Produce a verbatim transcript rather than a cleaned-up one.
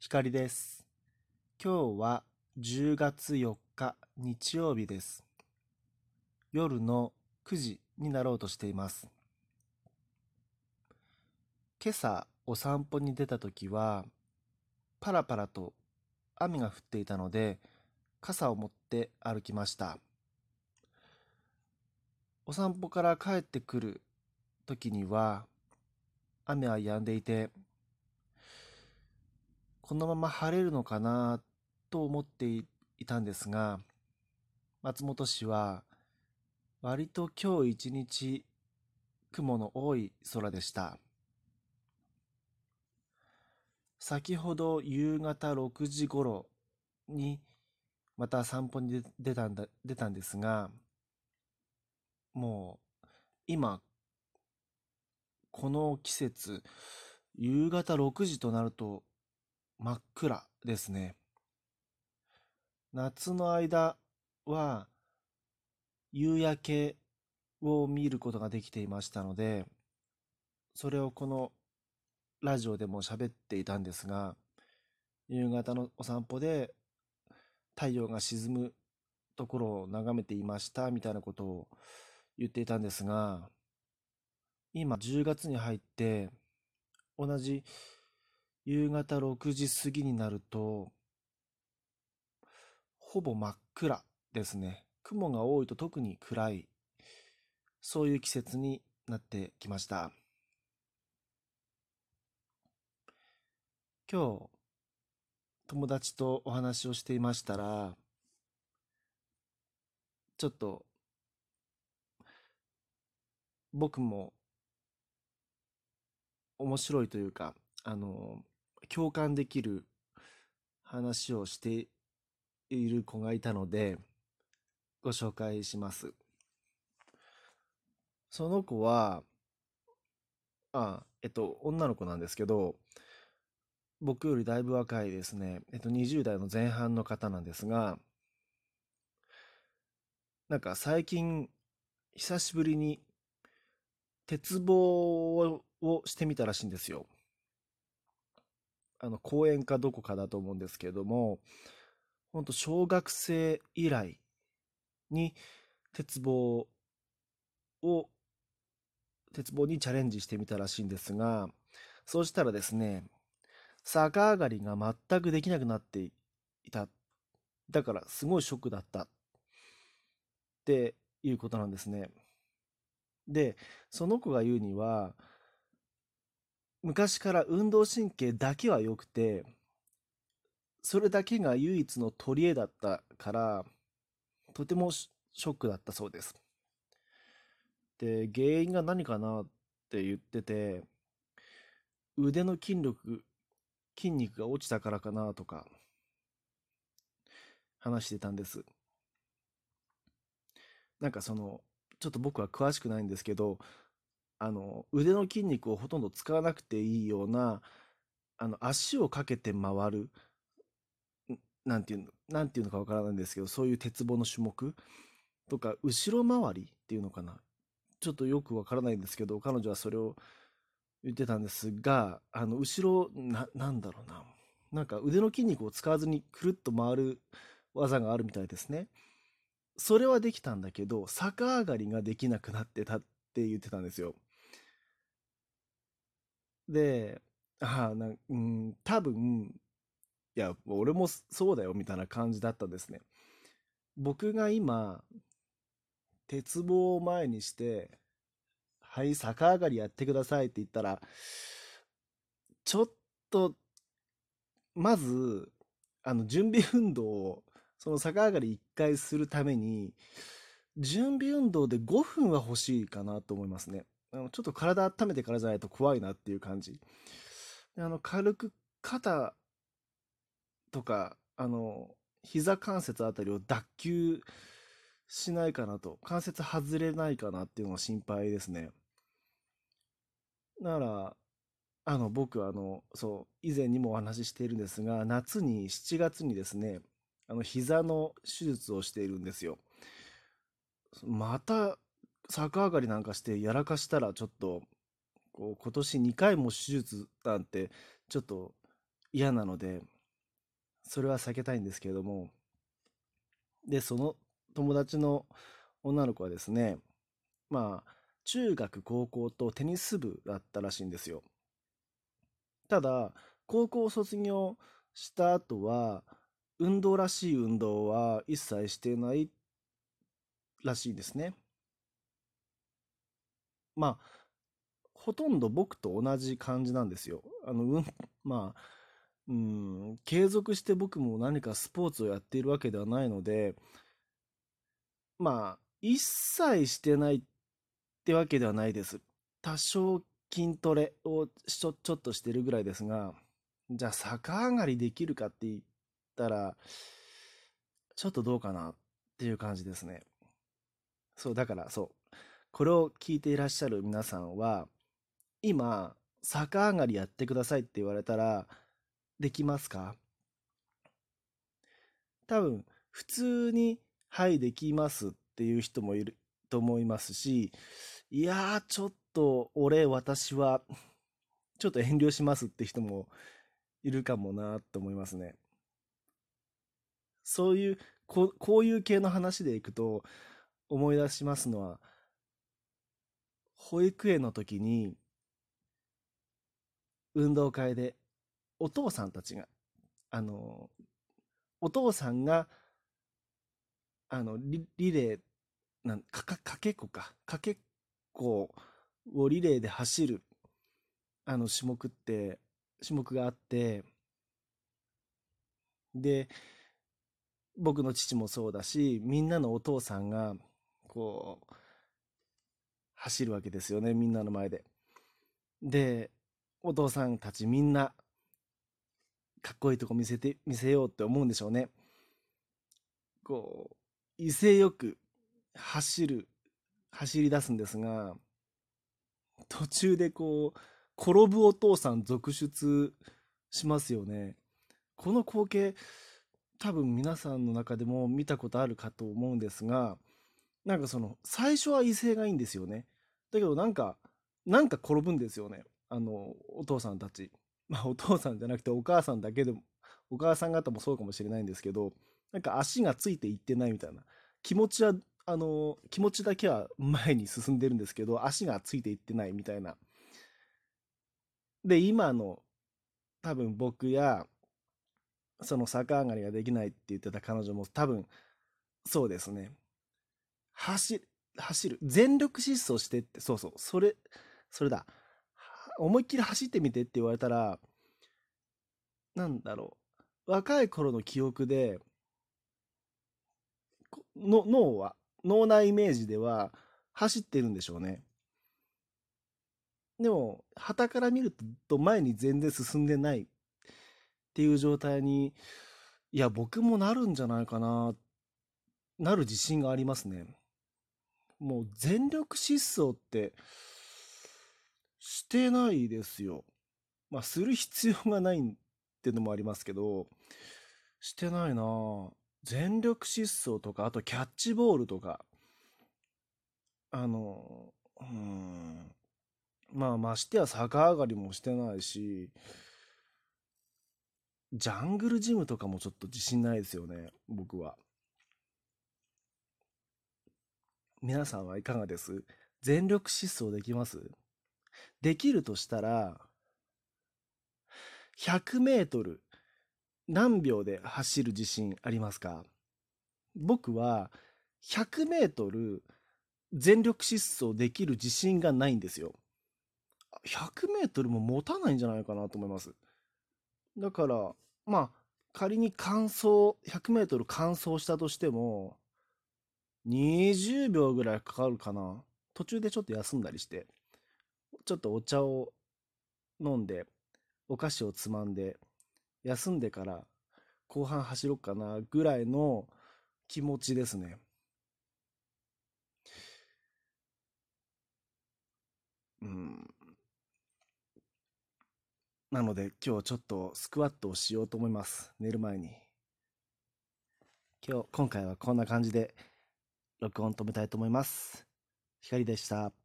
光です。今日はじゅうがつよっか日曜日です。夜のくじになろうとしています。今朝お散歩に出た時はパラパラと雨が降っていたので傘を持って歩きました。お散歩から帰ってくる時には雨は止んでいて、このまま晴れるのかなと思っていたんですが、松本市は割と今日一日雲の多い空でした。先ほど夕方ろくじ頃にまた散歩に出たんだ、出たんですが、もう今この季節、夕方ろくじとなると真っ暗ですね。夏の間は夕焼けを見ることができていましたので、それをこのラジオでも喋っていたんですが、夕方のお散歩で太陽が沈むところを眺めていましたみたいなことを言っていたんですが、今じゅうがつに入って同じ夕方ろくじ過ぎになるとほぼ真っ暗ですね。雲が多いと特に暗い、そういう季節になってきました。今日友達とお話をしていましたら、ちょっと僕も面白いというか、あの共感できる話をしている子がいたのでご紹介します。その子は、あ、えっと、女の子なんですけど、僕よりだいぶ若いですね。えっと、にじゅう代の前半の方なんですが、なんか最近、久しぶりに鉄棒ををしてみたらしいんですよ。あの、公園かどこかだと思うんですけれども、ほんと小学生以来に鉄棒を、鉄棒にチャレンジしてみたらしいんですが、そうしたらですね、逆上がりが全くできなくなっていた。だからすごいショックだったっていうことなんですね。で、その子が言うには、昔から運動神経だけは良くて、それだけが唯一の取り柄だったから、とてもシショックだったそうです。で、原因が何かなって言ってて、腕の筋力、筋肉が落ちたからかなとか話してたんです。なんかその、ちょっと僕は詳しくないんですけど、あの、腕の筋肉をほとんど使わなくていいような、あの、足をかけて回る、んなんていうの、なんていうのかわからないんですけど、そういう鉄棒の種目とか、後ろ回りっていうのかな。ちょっとよくわからないんですけど、彼女はそれを言ってたんですが、あの、後ろ、な、なんだろうな。なんか腕の筋肉を使わずにくるっと回る技があるみたいですね。それはできたんだけど、逆上がりができなくなってたって言ってたんですよ。で、ああ、なん、うん、多分、いや、俺もそうだよみたいな感じだったんですね。僕が今、鉄棒を前にして、はい、逆上がりやってくださいって言ったら、ちょっと、まず、あの、準備運動を、その逆上がりいっかいするために、準備運動でごふんは欲しいかなと思いますね。あのちょっと体温めてからじゃないと怖いなっていう感じ。であの、軽く肩とか、あの、膝関節あたりを脱臼しないかなと、関節外れないかなっていうのが心配ですね。なら、あの、僕はあの、そう、以前にもお話ししているんですが、夏に、しちがつにですね、あの、膝の手術をしているんですよ。また、逆上がりなんかしてやらかしたらちょっと、こう、今年にかいも手術なんて、ちょっと嫌なので、 それは避けたいんですけれども、で、その友達の女の子はですね、まあ、中学、高校とテニス部だったらしいんですよ。ただ、高校を卒業した後は、運動らしい運動は一切してないらしいんですね。まあ、ほとんど僕と同じ感じなんですよ。あの、うん、まあ、うん、継続して僕も何かスポーツをやっているわけではないので、まあ、一切してないってわけではないです。多少筋トレをちょ、ちょっとしてるぐらいですが、じゃあ逆上がりできるかって言ったら、ちょっとどうかなっていう感じですね。そう、だからそう。これを聞いていらっしゃる皆さんは、今、逆上がりやってくださいって言われたら、できますか？多分、普通に、はい、できますっていう人もいると思いますし、いやー、ちょっと、俺、私は、ちょっと遠慮しますって人もいるかもなと思いますね。そういう、こう、こういう系の話でいくと、思い出しますのは、保育園の時に、運動会で、お父さんたちが、あの、お父さんが、あの、リ、リレー、なんか、か、かけっこか。かけっこをリレーで走る、あの、種目って、種目があって、で、僕の父もそうだし、みんなのお父さんが、こう、走るわけですよね、みんなの前で。で、お父さんたちみんな、かっこいいとこ見せて、見せようって思うんでしょうね。こう、威勢よく走る、走り出すんですが、途中でこう、転ぶお父さん続出しますよね。この光景、多分皆さんの中でも見たことあるかと思うんですが、なんかその、最初は威勢がいいんですよね。だけどなんか、なんか転ぶんですよね。あの、お父さんたち。まあお父さんじゃなくてお母さんだけでも、お母さん方もそうかもしれないんですけど、なんか足がついていってないみたいな。気持ちは、あの、気持ちだけは前に進んでるんですけど、足がついていってないみたいな。で、今の多分僕や、その逆上がりができないって言ってた彼女も多分そうですね。走る、走る。全力疾走してって、そうそう、それ、それだ。思いっきり走ってみてって言われたら、なんだろう。若い頃の記憶で、の脳は、脳内イメージでは走ってるんでしょうね。でも、傍から見ると前に全然進んでないっていう状態に、いや、僕もなるんじゃないかな、なる自信がありますね。もう全力疾走ってしてないですよ。まあ、する必要がないっていうのもありますけど、してないなぁ。全力疾走とか、あとキャッチボールとか、あの、うーん、まあ、ましてや逆上がりもしてないし、ジャングルジムとかもちょっと自信ないですよね、僕は。皆さんはいかがです？全力疾走できます？できるとしたら、ひゃくメートル何秒で走る自信ありますか？僕はひゃくメートル全力疾走できる自信がないんですよ。ひゃくメートルも持たないんじゃないかなと思います。だから、まあ、仮に完走、ひゃくメートル完走したとしても、にじゅうびょうぐらいかかるかな。途中でちょっと休んだりして、ちょっとお茶を飲んで、お菓子をつまんで、休んでから後半走ろうかなぐらいの気持ちですね。うん。なので今日ちょっとスクワットをしようと思います。寝る前に。今日、今回はこんな感じで録音止めたいと思います。光でした。